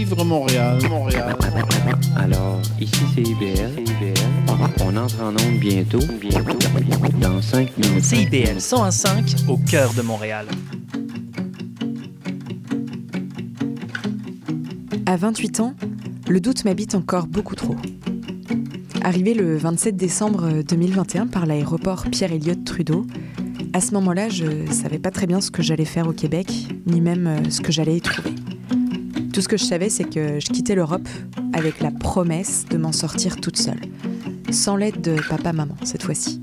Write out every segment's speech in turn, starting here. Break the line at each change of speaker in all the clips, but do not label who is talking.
Vivre Montréal.
Alors, ici c'est IBL. On entre en onde bientôt. Dans 5 minutes.
CIBL 101.5 au cœur de Montréal.
À 28 ans, le doute m'habite encore beaucoup trop. Arrivé le 27 décembre 2021 par l'aéroport Pierre-Elliott Trudeau, à ce moment-là, je ne savais pas très bien ce que j'allais faire au Québec, ni même ce que j'allais y trouver. Tout ce que je savais, c'est que je quittais l'Europe avec la promesse de m'en sortir toute seule, sans l'aide de papa-maman cette fois-ci.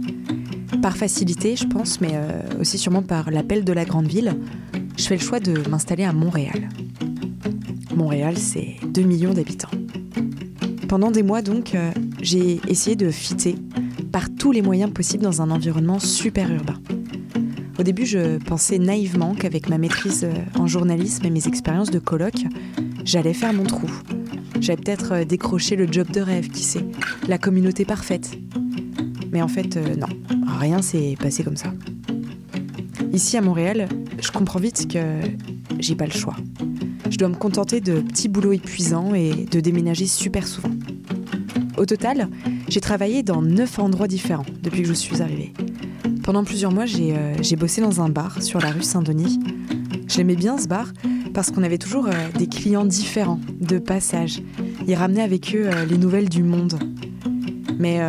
Par facilité, je pense, mais aussi sûrement par l'appel de la grande ville, je fais le choix de m'installer à Montréal. Montréal, c'est 2 millions d'habitants. Pendant des mois donc, j'ai essayé de fitter par tous les moyens possibles dans un environnement super urbain. Au début, je pensais naïvement qu'avec ma maîtrise en journalisme et mes expériences de coloc, j'allais faire mon trou. J'allais peut-être décrocher le job de rêve, qui sait, la communauté parfaite. Mais en fait, non, rien s'est passé comme ça. Ici à Montréal, je comprends vite que j'ai pas le choix. Je dois me contenter de petits boulots épuisants et de déménager super souvent. Au total, j'ai travaillé dans 9 endroits différents depuis que je suis arrivée. Pendant plusieurs mois, j'ai bossé dans un bar sur la rue Saint-Denis. J'aimais bien ce bar parce qu'on avait toujours des clients différents, de passage. Ils ramenaient avec eux les nouvelles du monde. Mais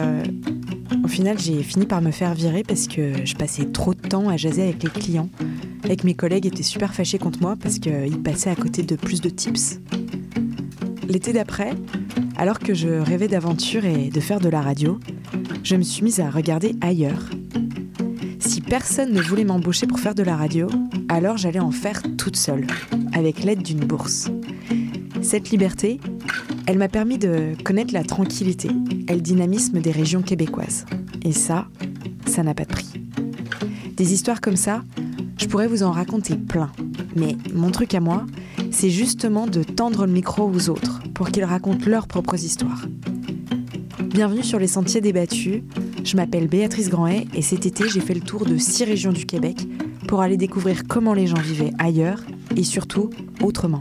au final, j'ai fini par me faire virer parce que je passais trop de temps à jaser avec les clients et que mes collègues étaient super fâchés contre moi parce qu'ils passaient à côté de plus de tips. L'été d'après, alors que je rêvais d'aventure et de faire de la radio, je me suis mise à regarder ailleurs. Si personne ne voulait m'embaucher pour faire de la radio, alors j'allais en faire toute seule, avec l'aide d'une bourse. Cette liberté, elle m'a permis de connaître la tranquillité et le dynamisme des régions québécoises. Et ça n'a pas de prix. Des histoires comme ça, je pourrais vous en raconter plein. Mais mon truc à moi, c'est justement de tendre le micro aux autres pour qu'ils racontent leurs propres histoires. Bienvenue sur les Sentiers débattus. Je m'appelle Béatrice Grandet et cet été, j'ai fait le tour de 6 régions du Québec pour aller découvrir comment les gens vivaient ailleurs et surtout autrement.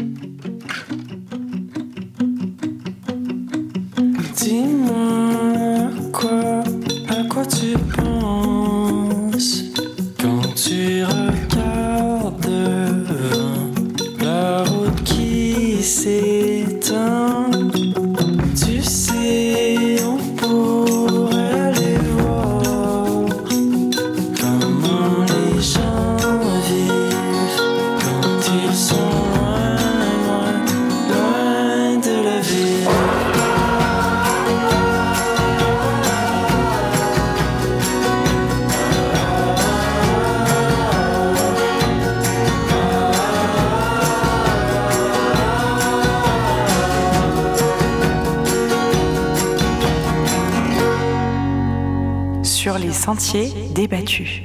Dis-moi à quoi tu penses quand tu regardes devant la route qui s'étend. Tu sais, on pourrait aller voir comment les gens vivent quand ils sont loin de la ville.
Sur les Sentiers débattus.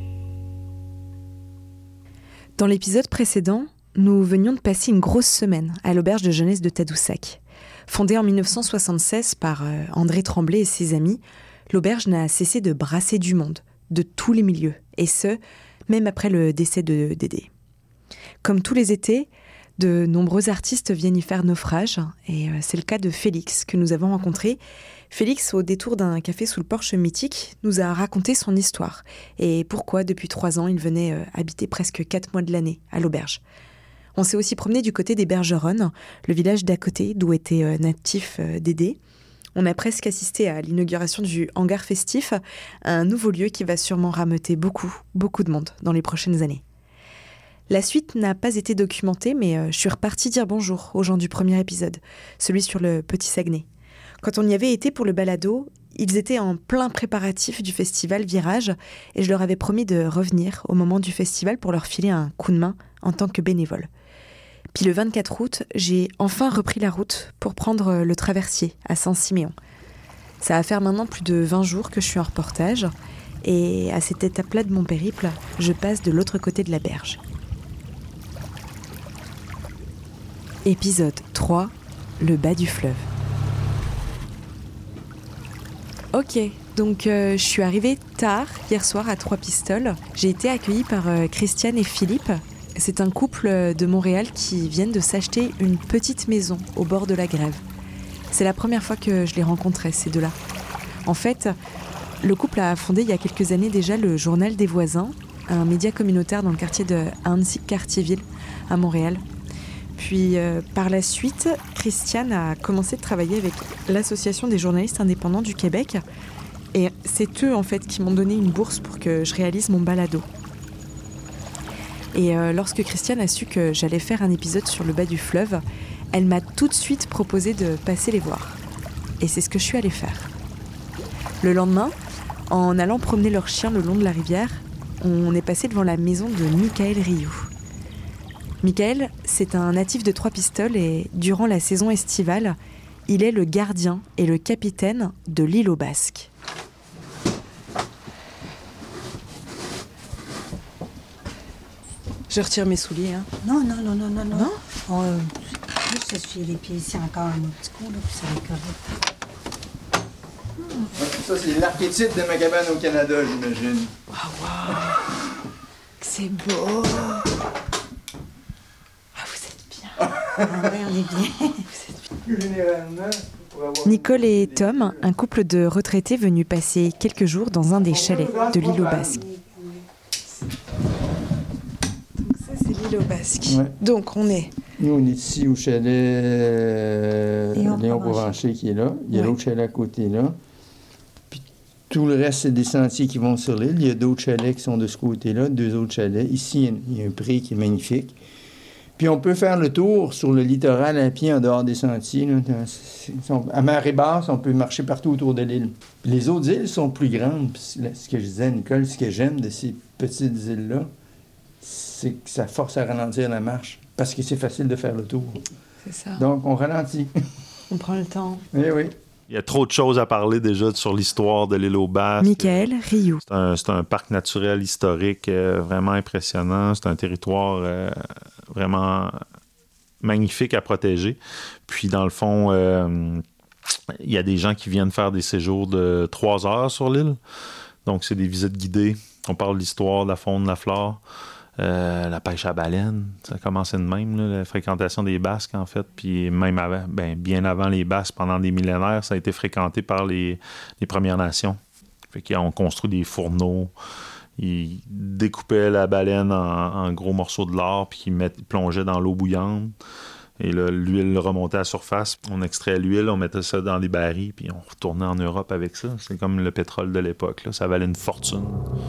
Dans l'épisode précédent, nous venions de passer une grosse semaine à l'auberge de jeunesse de Tadoussac. Fondée en 1976 par André Tremblay et ses amis, l'auberge n'a cessé de brasser du monde, de tous les milieux, et ce, même après le décès de Dédé. Comme tous les étés, de nombreux artistes viennent y faire naufrage, et c'est le cas de Félix, que nous avons rencontré. Félix, au détour d'un café sous le porche mythique, nous a raconté son histoire et pourquoi, depuis 3 ans, il venait habiter presque 4 mois de l'année à l'auberge. On s'est aussi promené du côté des Bergeronnes, le village d'à côté, d'où était natif Dédé. On a presque assisté à l'inauguration du hangar festif, un nouveau lieu qui va sûrement rameuter beaucoup de monde dans les prochaines années. La suite n'a pas été documentée, mais je suis repartie dire bonjour aux gens du premier épisode, celui sur le Petit Saguenay. Quand on y avait été pour le balado, ils étaient en plein préparatif du festival Virage et je leur avais promis de revenir au moment du festival pour leur filer un coup de main en tant que bénévole. Puis le 24 août, j'ai enfin repris la route pour prendre le traversier à Saint-Siméon. Ça va faire maintenant plus de 20 jours que je suis en reportage et à cette étape-là de mon périple, je passe de l'autre côté de la berge. Épisode 3, le bas du fleuve. Ok, donc je suis arrivée tard hier soir à Trois-Pistoles. J'ai été accueillie par Christiane et Philippe. C'est un couple de Montréal qui viennent de s'acheter une petite maison au bord de la Grève. C'est la première fois que je les rencontrais, ces deux-là. En fait, le couple a fondé il y a quelques années déjà le Journal des voisins, un média communautaire dans le quartier de Annecy-Cartierville, à Montréal. Puis par la suite, Christiane a commencé de travailler avec l'Association des journalistes indépendants du Québec. Et c'est eux en fait qui m'ont donné une bourse pour que je réalise mon balado. Et lorsque Christiane a su que j'allais faire un épisode sur le bas du fleuve, elle m'a tout de suite proposé de passer les voir. Et c'est ce que je suis allée faire. Le lendemain, en allant promener leur chien le long de la rivière, on est passé devant la maison de Michael Rioux. Michael, c'est un natif de Trois-Pistoles et durant la saison estivale, il est le gardien et le capitaine de l'île aux Basques. Je retire mes souliers, hein.
Non. Oh, juste essuyer les pieds ici encore un petit coup, là, puis ça va être correct.
Ça, c'est l'archétype de ma cabane au Canada, j'imagine.
Wow. C'est beau. Ah, vous êtes bien.
Ouais, on est bien.
Généralement,
Nicole et Tom, un couple de retraités venus passer quelques jours dans un des chalets de l'île aux Basques. Donc ça, c'est l'île aux Basques.
Ouais.
Donc on est...
Nous, on est ici au chalet Léon Provencher qui est là. Il y a l'autre chalet à côté là. Puis tout le reste, c'est des sentiers qui vont sur l'île. Il y a d'autres chalets qui sont de ce côté-là, 2 autres chalets. Ici, il y a un pré qui est magnifique. Puis on peut faire le tour sur le littoral à pied en dehors des sentiers. Là. À marée basse, on peut marcher partout autour de l'île. Puis les autres îles sont plus grandes. Puis ce que je disais à Nicole, ce que j'aime de ces petites îles-là, c'est que ça force à ralentir la marche. Parce que c'est facile de faire le tour.
C'est ça.
Donc, on ralentit.
On prend le temps.
Oui.
Il y a trop de choses à parler déjà sur l'histoire de l'île aux Basques.
Michael Rioux.
C'est un parc naturel historique vraiment impressionnant. C'est un territoire vraiment magnifique à protéger. Puis, dans le fond, il y a des gens qui viennent faire des séjours de 3 heures sur l'île. Donc, c'est des visites guidées. On parle de l'histoire, de la faune, de la flore. La pêche à baleine, ça a commencé de même, là, la fréquentation des Basques, en fait. Puis même avant, bien avant les Basques, pendant des millénaires, ça a été fréquenté par les Premières Nations. Fait qu'ils ont construit des fourneaux, ils découpaient la baleine en gros morceaux de lard, puis ils plongeaient dans l'eau bouillante. Et là, l'huile remontait à la surface. On extrait l'huile, on mettait ça dans des barils, puis on retournait en Europe avec ça. C'est comme le pétrole de l'époque, là. Ça valait une fortune.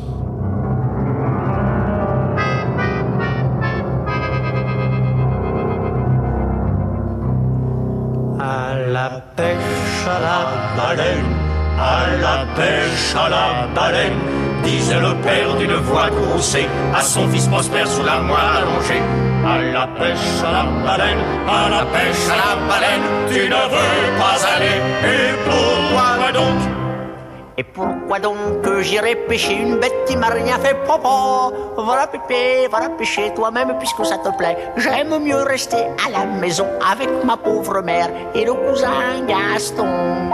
À la pêche à la baleine, à la pêche à la baleine, disait le père d'une voix courroucée à son fils prospère sous la moelle allongée. À la pêche à la baleine, à la pêche à la baleine, tu ne veux pas aller, et pourquoi donc? Et pourquoi donc que j'irai pêcher une bête qui m'a rien fait, papa? Va la pêcher toi-même puisque ça te plaît. J'aime mieux rester à la maison avec ma pauvre mère et le cousin Gaston.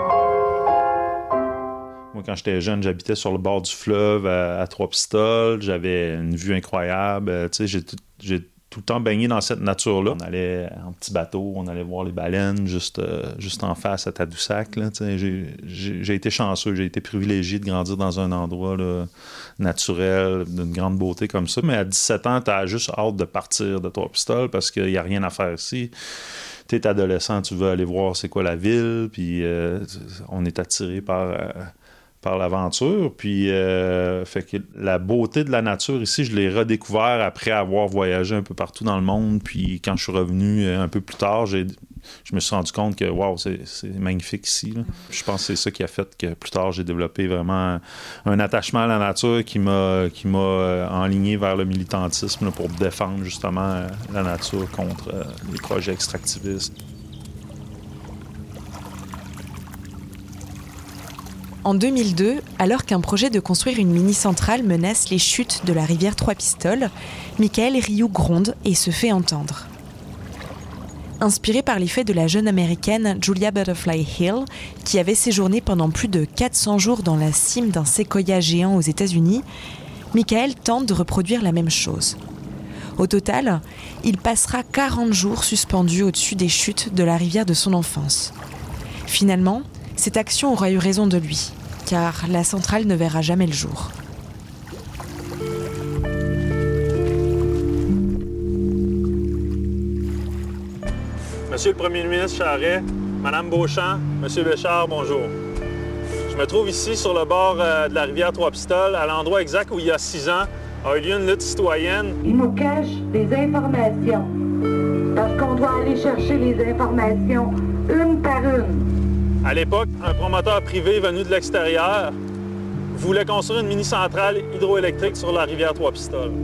Moi, quand j'étais jeune, j'habitais sur le bord du fleuve à Trois-Pistoles. J'avais une vue incroyable. Tu sais, j'ai tout le temps baigné dans cette nature-là. On allait en petit bateau, on allait voir les baleines juste en face à Tadoussac. Là, j'ai été chanceux, j'ai été privilégié de grandir dans un endroit là, naturel, d'une grande beauté comme ça. Mais à 17 ans, t'as juste hâte de partir de Trois-Pistoles parce qu'il n'y a rien à faire ici. T'es adolescent, tu veux aller voir c'est quoi la ville, puis on est attiré par l'aventure, puis fait que la beauté de la nature ici, je l'ai redécouvert après avoir voyagé un peu partout dans le monde, puis quand je suis revenu un peu plus tard, je me suis rendu compte que wow, c'est magnifique ici, là. Je pense que c'est ça qui a fait que plus tard, j'ai développé vraiment un attachement à la nature qui m'a enligné vers le militantisme là, pour défendre justement la nature contre les projets extractivistes.
En 2002, alors qu'un projet de construire une mini-centrale menace les chutes de la rivière Trois-Pistoles, Michael Rioux gronde et se fait entendre. Inspiré par les faits de la jeune américaine Julia Butterfly Hill, qui avait séjourné pendant plus de 400 jours dans la cime d'un séquoia géant aux États-Unis, Michael tente de reproduire la même chose. Au total, il passera 40 jours suspendu au-dessus des chutes de la rivière de son enfance. Finalement, cette action aura eu raison de lui, car la centrale ne verra jamais le jour.
Monsieur le Premier ministre Charest, Madame Beauchamp, Monsieur Béchard, bonjour. Je me trouve ici sur le bord de la rivière Trois-Pistoles, à l'endroit exact où il y a 6 ans a eu lieu une lutte citoyenne.
Ils nous cachent des informations, parce qu'on doit aller chercher les informations une par une.
À l'époque, un promoteur privé venu de l'extérieur voulait construire une mini-centrale hydroélectrique sur la rivière Trois-Pistoles.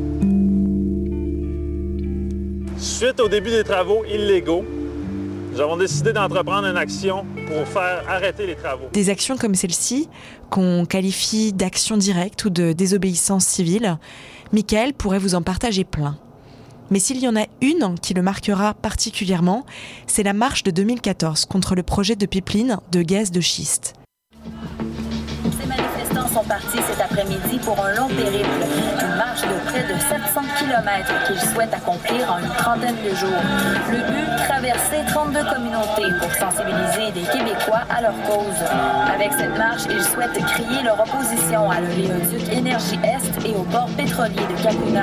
Suite au début des travaux illégaux, nous avons décidé d'entreprendre une action pour faire arrêter les travaux.
Des actions comme celle-ci, qu'on qualifie d'action directe ou de désobéissance civile, Michael pourrait vous en partager plein. Mais s'il y en a une qui le marquera particulièrement, c'est la marche de 2014 contre le projet de pipeline de gaz de schiste.
Ces manifestants sont partis cet après-midi pour un long périple, une marche de près de 700 km qu'ils souhaitent accomplir en une trentaine de jours. Le but, traverser 32 communautés pour sensibiliser des Québécois à leur cause. Avec cette marche, ils souhaitent crier leur opposition à l'oléoduc Énergie Est et au port pétrolier de Cacouna.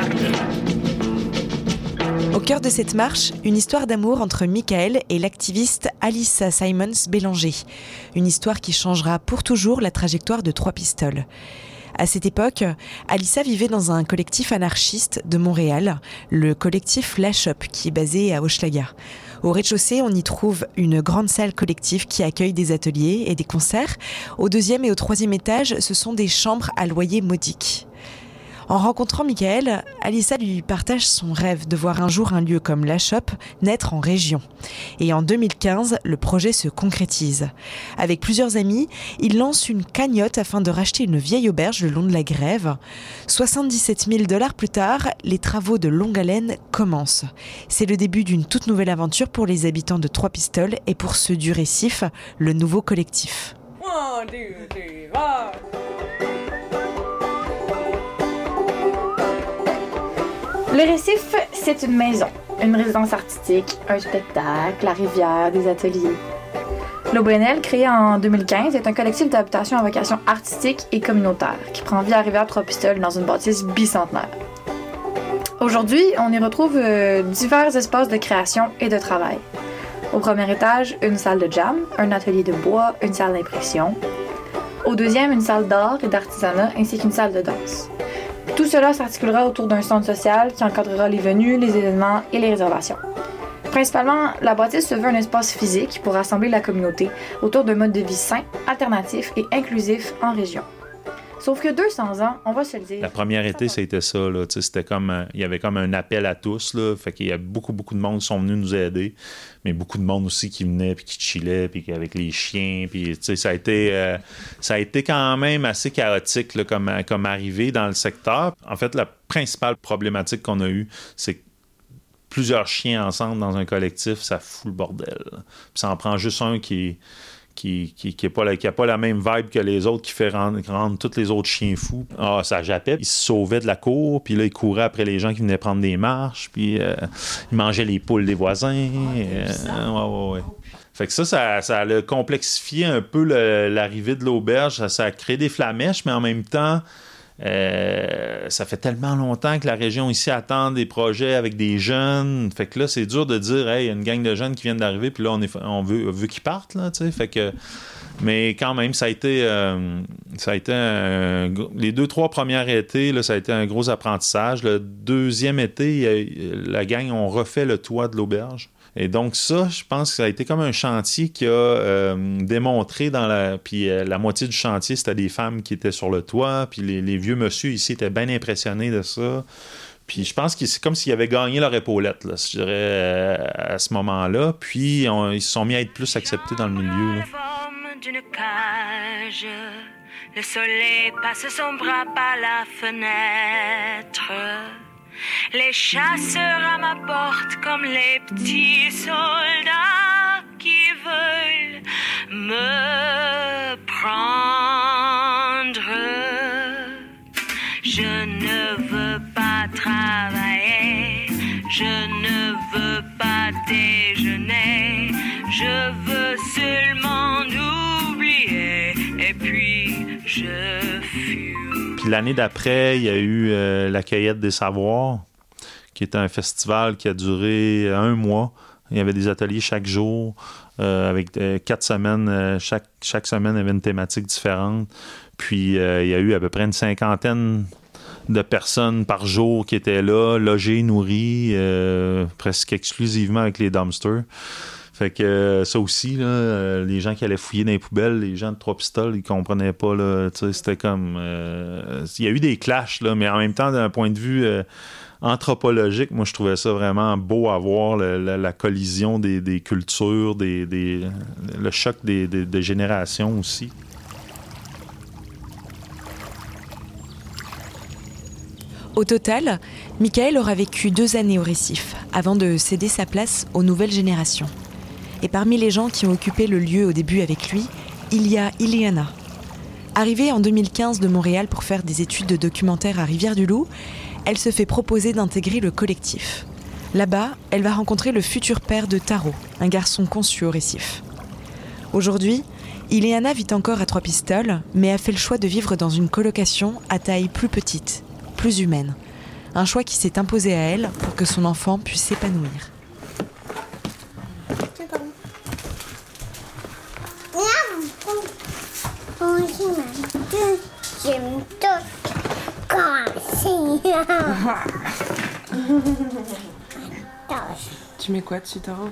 Au cœur de cette marche, une histoire d'amour entre Michael et l'activiste Alyssa Simons-Bélanger. Une histoire qui changera pour toujours la trajectoire de Trois-Pistoles. À cette époque, Alyssa vivait dans un collectif anarchiste de Montréal, le collectif La Shop, qui est basé à Hochelaga. Au rez-de-chaussée, on y trouve une grande salle collective qui accueille des ateliers et des concerts. Au 2e et au 3e étage, ce sont des chambres à loyer modique. En rencontrant Michael, Alyssa lui partage son rêve de voir un jour un lieu comme La Shop naître en région. Et en 2015, le projet se concrétise. Avec plusieurs amis, il lance une cagnotte afin de racheter une vieille auberge le long de la Grève. 77 000 $ plus tard, les travaux de longue haleine commencent. C'est le début d'une toute nouvelle aventure pour les habitants de Trois-Pistoles et pour ceux du Récif, le nouveau collectif.
1, 2, 3, 4.
Le Récif, c'est une maison, une résidence artistique, un spectacle, la rivière, des ateliers. L'OBNL, créé en 2015, est un collectif d'habitation à vocation artistique et communautaire qui prend vie à Rivière-Trois-Pistoles dans une bâtisse bicentenaire. Aujourd'hui, on y retrouve divers espaces de création et de travail. Au premier étage, une salle de jam, un atelier de bois, une salle d'impression. Au 2e, une salle d'art et d'artisanat ainsi qu'une salle de danse. Tout cela s'articulera autour d'un centre social qui encadrera les venues, les événements et les réservations. Principalement, la bâtisse se veut un espace physique pour rassembler la communauté autour d'un mode de vie sain, alternatif et inclusif en région. Sauf que 200 ans, on va se le dire...
La première été, c'était ça. Là, c'était comme, il y avait comme un appel à tous. Là, fait qu'il y a beaucoup de monde qui sont venus nous aider. Mais beaucoup de monde aussi qui venait, puis qui chillait, puis avec les chiens. Puis, ça a été quand même assez chaotique là, comme arrivée dans le secteur. En fait, la principale problématique qu'on a eue, c'est que plusieurs chiens ensemble dans un collectif, ça fout le bordel. Puis ça en prend juste un qui a pas la même vibe que les autres, qui fait rendre tous les autres chiens fous. Ah, ça jappait. Il se sauvait de la cour, puis là, il courait après les gens qui venaient prendre des marches, puis il mangeait les poules des voisins. Ouais. Fait que ça a complexifié un peu l'arrivée de l'auberge. Ça a créé des flamèches, mais en même temps, ça fait tellement longtemps que la région ici attend des projets avec des jeunes. Fait que là, c'est dur de dire, hey, il y a une gang de jeunes qui viennent d'arriver, puis là, on veut qu'ils partent, là, tu sais. Fait que, mais quand même, ça a été les 2-3 premières étés, là, ça a été un gros apprentissage. Le 2e été, la gang ont refait le toit de l'auberge. Et donc ça, je pense que ça a été comme un chantier qui a démontré puis la moitié du chantier, c'était des femmes qui étaient sur le toit, puis les vieux monsieur ici étaient bien impressionnés de ça. Puis je pense que c'est comme s'ils avaient gagné leur épaulette, là, je dirais, à ce moment-là. Puis ils se sont mis à être plus acceptés dans le milieu. Là.
D'une cage, le soleil passe son bras par la fenêtre. Les chasseurs à ma porte comme les petits soldats qui veulent me prendre. Je ne veux pas travailler connais. Je veux seulement oublier et puis je fume.
Puis l'année d'après, il y a eu la Cueillette des Savoirs, qui était un festival qui a duré 1 mois. Il y avait des ateliers chaque jour, avec 4 semaines. Chaque semaine, il y avait une thématique différente. Puis il y a eu à peu près une 50aine de personnes par jour qui étaient là, logées, nourries, presque exclusivement avec les dumpsters. Fait que ça aussi, là, les gens qui allaient fouiller dans les poubelles, les gens de Trois-Pistoles, ils comprenaient pas, là, c'était comme... il y a eu des clashs, là, mais en même temps, d'un point de vue anthropologique, moi, je trouvais ça vraiment beau à voir, la collision des cultures, le choc des générations aussi.
Au total, Michael aura vécu 2 années au Récif, avant de céder sa place aux nouvelles générations. Et parmi les gens qui ont occupé le lieu au début avec lui, il y a Ileana. Arrivée en 2015 de Montréal pour faire des études de documentaire à Rivière-du-Loup, elle se fait proposer d'intégrer le collectif. Là-bas, elle va rencontrer le futur père de Taro, un garçon conçu au Récif. Aujourd'hui, Ileana vit encore à Trois-Pistoles, mais a fait le choix de vivre dans une colocation à taille plus petite, plus humaine. Un choix qui s'est imposé à elle pour que son enfant puisse s'épanouir.
Tu mets quoi dessus, Taro?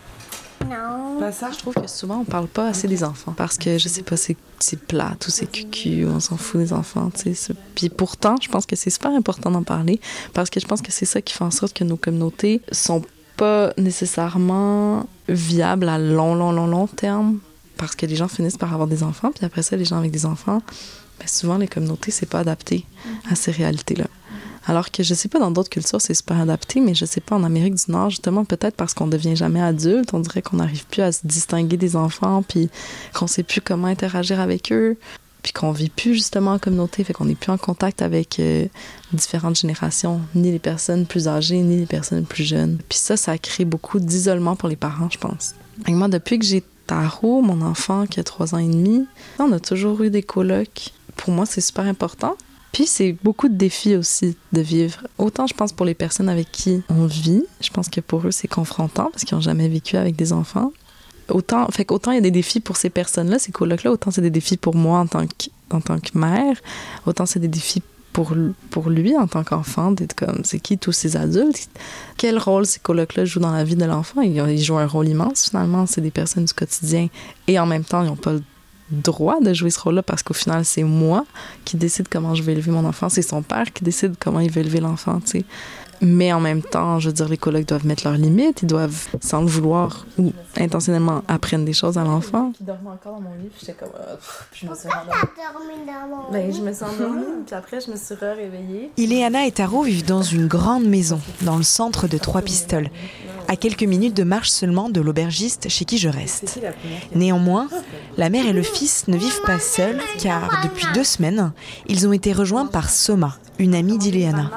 Non.
Pas ça?
Je trouve que souvent on parle pas assez des enfants parce que je sais pas, c'est plate ou c'est cucu, on s'en fout des enfants, tu sais. Puis pourtant, je pense que c'est super important d'en parler parce que je pense que c'est ça qui fait en sorte que nos communautés sont pas nécessairement viables à long terme parce que les gens finissent par avoir des enfants, puis après ça, les gens avec des enfants, ben souvent les communautés, c'est pas adapté à ces réalités-là. Alors que je sais pas, dans d'autres cultures, c'est super adapté, mais je sais pas, en Amérique du Nord, justement, peut-être parce qu'on devient jamais adulte, on dirait qu'on n'arrive plus à se distinguer des enfants, puis qu'on sait plus comment interagir avec eux, puis qu'on vit plus justement en communauté, fait qu'on n'est plus en contact avec différentes générations, ni les personnes plus âgées, ni les personnes plus jeunes. Puis ça crée beaucoup d'isolement pour les parents, je pense. Et moi, depuis que j'ai Taro, mon enfant qui a 3 ans et demi, on a toujours eu des colocs. Pour moi, c'est super important. Puis c'est beaucoup de défis aussi de vivre. Autant, je pense, pour les personnes avec qui on vit, je pense que pour eux, c'est confrontant parce qu'ils n'ont jamais vécu avec des enfants. Autant il y a des défis pour ces personnes-là, ces colocs-là, autant c'est des défis pour moi en tant que mère, autant c'est des défis pour lui en tant qu'enfant, d'être comme, c'est qui tous ces adultes? Quel rôle ces colocs-là jouent dans la vie de l'enfant? Ils jouent un rôle immense, finalement. C'est des personnes du quotidien. Et en même temps, ils n'ont pas le droit de jouer ce rôle-là parce qu'au final, c'est moi qui décide comment je vais élever mon enfant. C'est son père qui décide comment il veut élever l'enfant, tu sais. Mais en même temps, je veux dire, les colocs doivent mettre leurs limites. Ils doivent, sans le vouloir ou intentionnellement, apprendre des choses à l'enfant.
Qui dormait encore dans mon lit, puis j'étais comme... puis je me suis rendormie. Je me suis endormie, puis après, je me suis réveillée.
Ileana et Taro vivent dans une grande maison, dans le centre de Trois-Pistoles, à quelques minutes de marche seulement de l'aubergiste chez qui je reste. Néanmoins, la mère et le fils ne vivent pas seuls, car depuis 2 semaines, ils ont été rejoints par Soma, une amie d'Ileana.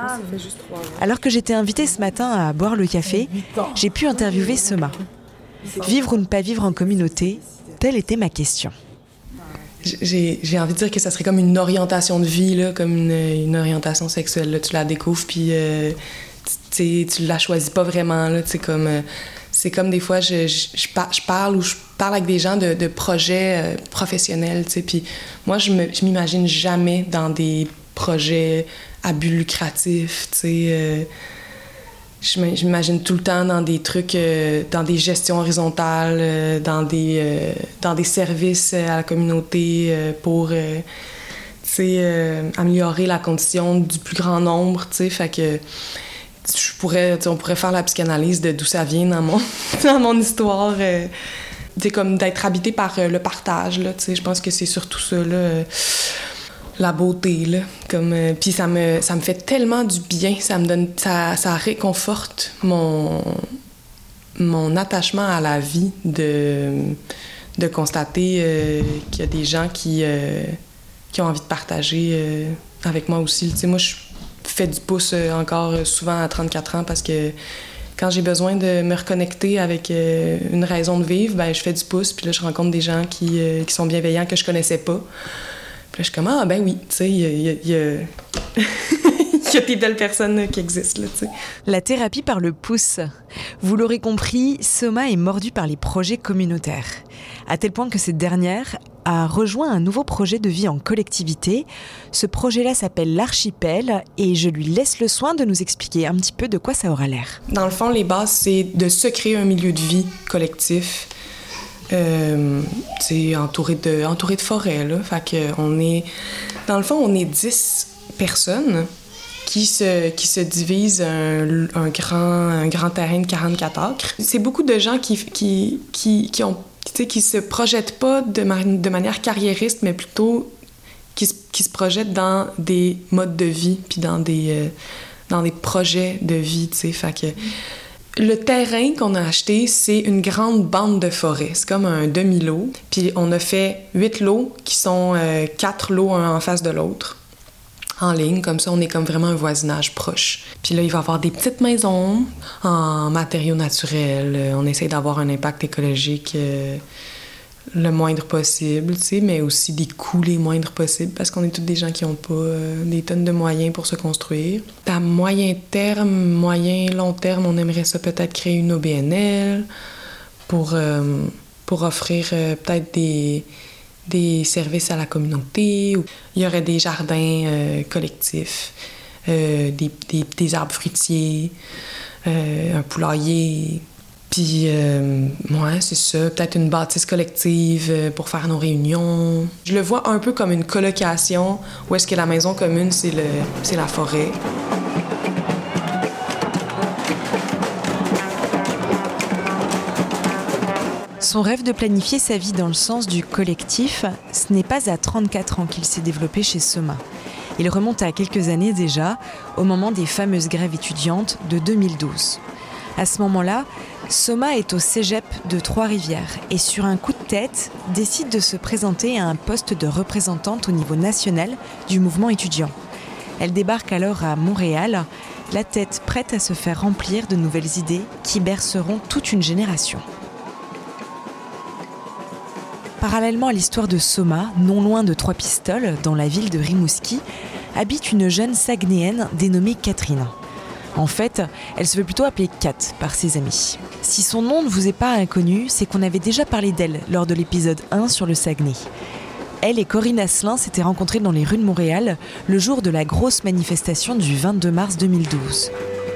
Alors que j'étais invitée ce matin à boire le café, j'ai pu interviewer Soma. Vivre ou ne pas vivre en communauté, telle était ma question.
J'ai envie de dire que ça serait comme une orientation de vie, là, comme une orientation sexuelle. Là. Tu la découvres, puis tu la choisis pas vraiment. Là, c'est comme des fois, je parle avec des gens de projets professionnels. Puis moi, je m'imagine jamais dans des projets à but lucratif. Je m'imagine tout le temps dans des trucs, dans des gestions horizontales, dans des services à la communauté pour améliorer la condition du plus grand nombre. Fait que on pourrait faire la psychanalyse de d'où ça vient dans mon histoire. Comme d'être habité par le partage. Là, je pense que c'est surtout ça. Là, la beauté, là. Puis ça me fait tellement du bien. Ça réconforte mon attachement à la vie de constater qu'il y a des gens qui ont envie de partager avec moi aussi. Moi, je fais du pouce encore souvent à 34 ans parce que Quand j'ai besoin de me reconnecter avec une raison de vivre, ben je fais du pouce, puis là, je rencontre des gens qui sont bienveillants, que je connaissais pas. Puis là, je suis comme, ah, ben oui, tu sais, il y a... Il y a des belles personnes qui existent, là, tu sais.
La thérapie par le pouce. Vous l'aurez compris, Soma est mordue par les projets communautaires. À tel point que cette dernière a rejoint un nouveau projet de vie en collectivité. Ce projet-là s'appelle l'Archipel et je lui laisse le soin de nous expliquer un petit peu de quoi ça aura l'air.
Dans le fond, les bases, c'est de se créer un milieu de vie collectif. C'est entouré de forêts, là. Fait que dans le fond, on est 10 personnes qui se divisent un grand terrain de 44 acres. C'est beaucoup de gens qui se projettent pas de manière carriériste, mais plutôt qui se projettent dans des modes de vie puis dans des projets de vie, tu sais. Fait que le terrain qu'on a acheté, c'est une grande bande de forêt. C'est comme un demi-lot. Puis on a fait 8 lots qui sont 4 lots un en face de l'autre, en ligne. Comme ça, on est comme vraiment un voisinage proche. Puis là, il va y avoir des petites maisons en matériaux naturels. On essaie d'avoir un impact écologique le moindre possible, tu sais, mais aussi des coûts les moindres possibles, parce qu'on est tous des gens qui n'ont pas des tonnes de moyens pour se construire. À moyen terme, long terme, on aimerait ça peut-être créer une OBNL pour offrir peut-être des services à la communauté. Il y aurait des jardins collectifs, des arbres fruitiers, un poulailler. Puis, ouais, c'est ça. Peut-être une bâtisse collective pour faire nos réunions. Je le vois un peu comme une colocation où est-ce que la maison commune, c'est la forêt.
Son rêve de planifier sa vie dans le sens du collectif, ce n'est pas à 34 ans qu'il s'est développé chez Soma. Il remonte à quelques années déjà, au moment des fameuses grèves étudiantes de 2012. À ce moment-là, Soma est au cégep de Trois-Rivières et sur un coup de tête, décide de se présenter à un poste de représentante au niveau national du mouvement étudiant. Elle débarque alors à Montréal, la tête prête à se faire remplir de nouvelles idées qui berceront toute une génération. Parallèlement à l'histoire de Soma, non loin de Trois-Pistoles, dans la ville de Rimouski, habite une jeune Saguenayenne dénommée Catherine. En fait, elle se veut plutôt appeler Kat par ses amis. Si son nom ne vous est pas inconnu, c'est qu'on avait déjà parlé d'elle lors de l'épisode 1 sur le Saguenay. Elle et Corinne Asselin s'étaient rencontrées dans les rues de Montréal le jour de la grosse manifestation du 22 mars 2012.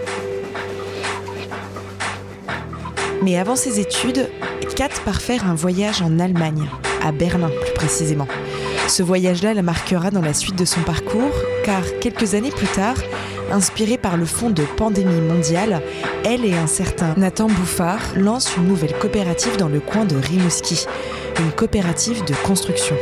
Mais avant ses études, Kat part faire un voyage en Allemagne, à Berlin plus précisément. Ce voyage-là la marquera dans la suite de son parcours, car quelques années plus tard, inspirée par le fond de pandémie mondiale, elle et un certain Nathan Bouffard lancent une nouvelle coopérative dans le coin de Rimouski, une coopérative de construction.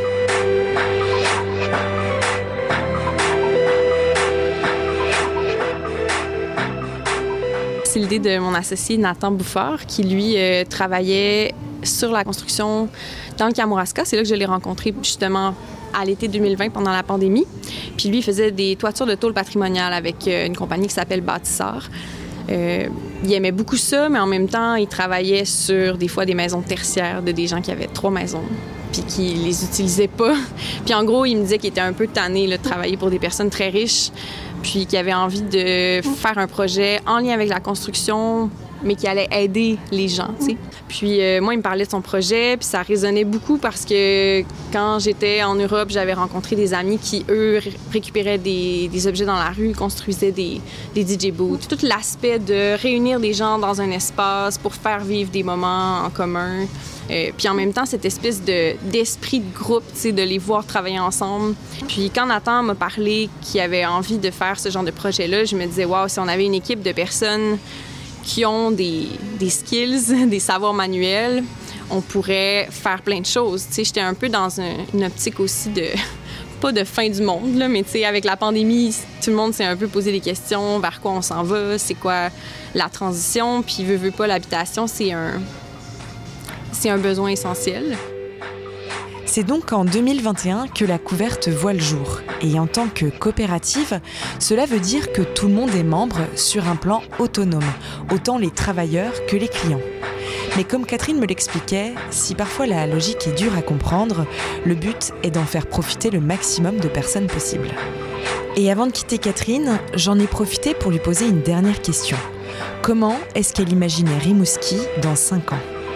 C'est l'idée de mon associé Nathan Bouffard qui, lui, travaillait sur la construction dans le Kamouraska. C'est là que je l'ai rencontré, justement, à l'été 2020, pendant la pandémie. Puis lui, il faisait des toitures de tôle patrimoniale avec une compagnie qui s'appelle Bâtisseur. Il aimait beaucoup ça, mais en même temps, il travaillait sur, des fois, des maisons tertiaires de des gens qui avaient 3 maisons, puis qui les utilisaient pas. Puis en gros, il me disait qu'il était un peu tanné là, de travailler pour des personnes très riches, puis qu'il avait envie de faire un projet en lien avec la construction, mais qui allait aider les gens, tu sais. Puis moi, il me parlait de son projet, puis ça résonnait beaucoup parce que quand j'étais en Europe, j'avais rencontré des amis qui, eux, récupéraient des objets dans la rue, construisaient des DJ booths. Tout l'aspect de réunir des gens dans un espace pour faire vivre des moments en commun. Puis en même temps, cette espèce d'esprit de groupe, tu sais, de les voir travailler ensemble. Puis quand Nathan m'a parlé qu'il avait envie de faire ce genre de projet-là, je me disais, waouh, si on avait une équipe de personnes qui ont des skills, des savoirs manuels, on pourrait faire plein de choses. Tu sais, j'étais un peu dans une optique aussi de, pas de fin du monde, là, mais tu sais, avec la pandémie, tout le monde s'est un peu posé des questions, vers quoi on s'en va, c'est quoi la transition, puis veut pas, l'habitation, c'est un besoin essentiel.
C'est donc en 2021 que la couverte voit le jour. Et en tant que coopérative, cela veut dire que tout le monde est membre sur un plan autonome, autant les travailleurs que les clients. Mais comme Catherine me l'expliquait, si parfois la logique est dure à comprendre, le but est d'en faire profiter le maximum de personnes possible. Et avant de quitter Catherine, j'en ai profité pour lui poser une dernière question. Comment est-ce qu'elle imaginait Rimouski dans 5 ans?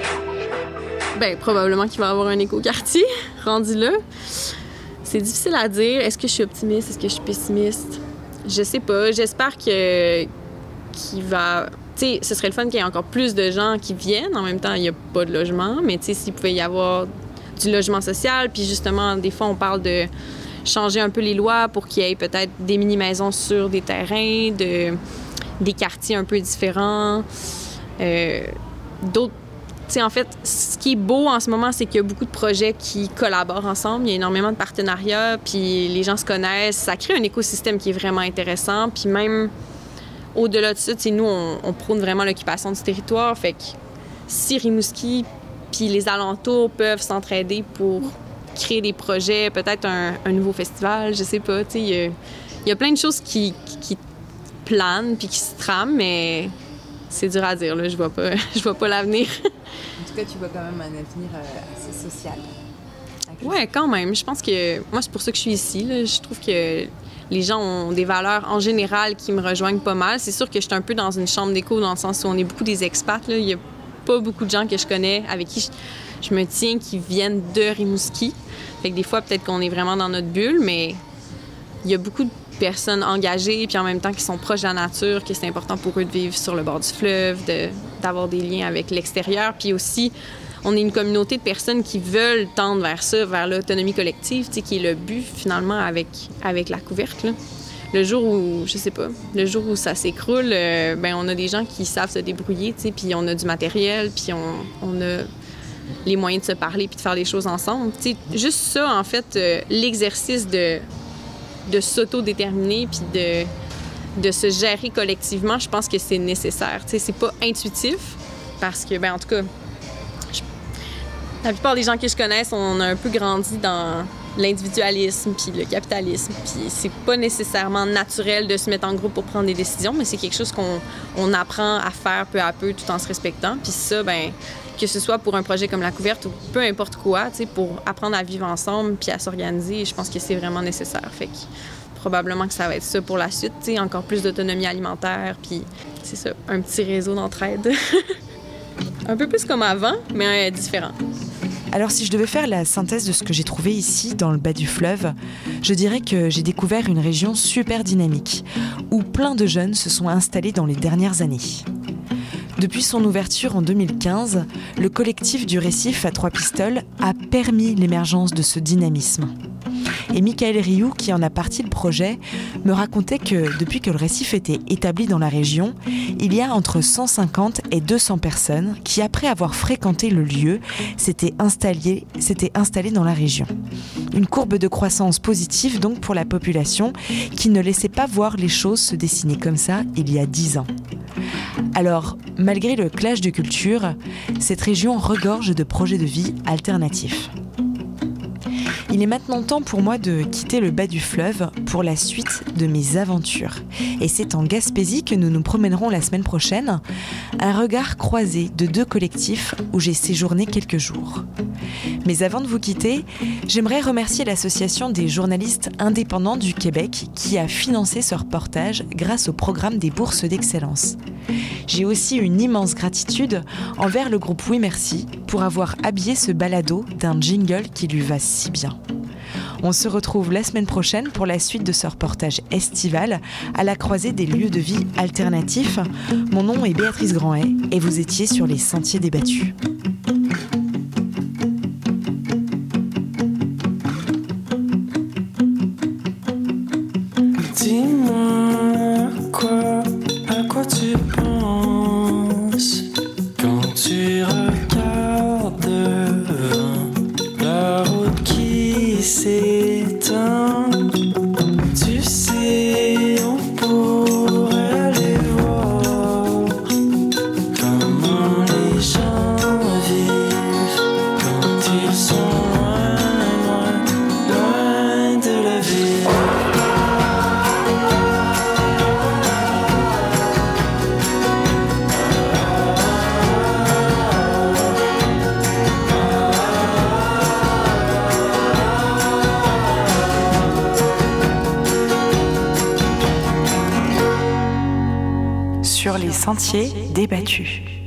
Probablement qu'il va y avoir un écoquartier rendu là. C'est difficile à dire. Est-ce que je suis optimiste? Est-ce que je suis pessimiste? Je sais pas. J'espère qu'il va... Tu sais, ce serait le fun qu'il y ait encore plus de gens qui viennent. En même temps, il n'y a pas de logement. Mais tu sais, s'il pouvait y avoir du logement social, puis justement, des fois, on parle de changer un peu les lois pour qu'il y ait peut-être des mini-maisons sur des terrains, des quartiers un peu différents. D'autres... Tu sais, en fait, ce qui est beau en ce moment, c'est qu'il y a beaucoup de projets qui collaborent ensemble. Il y a énormément de partenariats, puis les gens se connaissent. Ça crée un écosystème qui est vraiment intéressant. Puis même au-delà de ça, tu sais, nous, on prône vraiment l'occupation du territoire. Fait que si Rimouski puis les alentours peuvent s'entraider pour créer des projets, peut-être un nouveau festival, je sais pas. Tu sais, il y a plein de choses qui planent puis qui se trament, mais c'est dur à dire, là. Je vois pas l'avenir.
En tout cas, tu vois quand même un avenir assez social.
Ouais, quand même. Je pense que... Moi, c'est pour ça que je suis ici, là. Je trouve que les gens ont des valeurs en général qui me rejoignent pas mal. C'est sûr que je suis un peu dans une chambre d'écho dans le sens où on est beaucoup des expats, là. Il y a pas beaucoup de gens que je connais avec qui je me tiens qui viennent de Rimouski. Fait que des fois, peut-être qu'on est vraiment dans notre bulle, mais il y a beaucoup de personnes engagées puis en même temps qui sont proches de la nature, que c'est important pour eux de vivre sur le bord du fleuve, d'avoir des liens avec l'extérieur. Puis aussi, on est une communauté de personnes qui veulent tendre vers ça, vers l'autonomie collective, tu sais, qui est le but finalement avec la couverte, là. Le jour où, je sais pas, le jour où ça s'écroule, on a des gens qui savent se débrouiller, tu sais, puis on a du matériel, puis on a les moyens de se parler puis de faire des choses ensemble. Tu sais, juste ça, en fait, l'exercice de s'autodéterminer puis de se gérer collectivement, je pense que c'est nécessaire. Tu sais, c'est pas intuitif parce que, en tout cas, la plupart des gens que je connaisse, on a un peu grandi dans l'individualisme puis le capitalisme. Puis c'est pas nécessairement naturel de se mettre en groupe pour prendre des décisions, mais c'est quelque chose qu'on apprend à faire peu à peu tout en se respectant. Puis ça, que ce soit pour un projet comme la couverte ou peu importe quoi, tu sais, pour apprendre à vivre ensemble puis à s'organiser, je pense que c'est vraiment nécessaire. Fait que probablement que ça va être ça pour la suite, tu sais, encore plus d'autonomie alimentaire, puis c'est ça, un petit réseau d'entraide. Un peu plus comme avant, mais différent.
Alors si je devais faire la synthèse de ce que j'ai trouvé ici, dans le bas du fleuve, je dirais que j'ai découvert une région super dynamique, où plein de jeunes se sont installés dans les dernières années. Depuis son ouverture en 2015, le collectif du Récif à 3 pistoles a permis l'émergence de ce dynamisme. Et Michael Rioux, qui en a parti le projet, me racontait que depuis que le Récif était établi dans la région, il y a entre 150 et 200 personnes qui, après avoir fréquenté le lieu, s'étaient installées dans la région. Une courbe de croissance positive donc pour la population qui ne laissait pas voir les choses se dessiner comme ça il y a 10 ans. Alors, malgré le clash de cultures, cette région regorge de projets de vie alternatifs. Il est maintenant temps pour moi de quitter le bas du fleuve pour la suite de mes aventures. Et c'est en Gaspésie que nous nous promènerons la semaine prochaine, un regard croisé de 2 collectifs où j'ai séjourné quelques jours. Mais avant de vous quitter, j'aimerais remercier l'Association des journalistes indépendants du Québec qui a financé ce reportage grâce au programme des bourses d'excellence. J'ai aussi une immense gratitude envers le groupe Oui Merci pour avoir habillé ce balado d'un jingle qui lui va si bien. On se retrouve la semaine prochaine pour la suite de ce reportage estival à la croisée des lieux de vie alternatifs. Mon nom est Béatrice Grandet et vous étiez sur les Sentiers débattus.
Dis-moi à quoi tu penses quand tu regardes devant la route qui s'étend. Tu sais, on pourrait aller voir comment les gens vivent.
sur les sentiers débattus.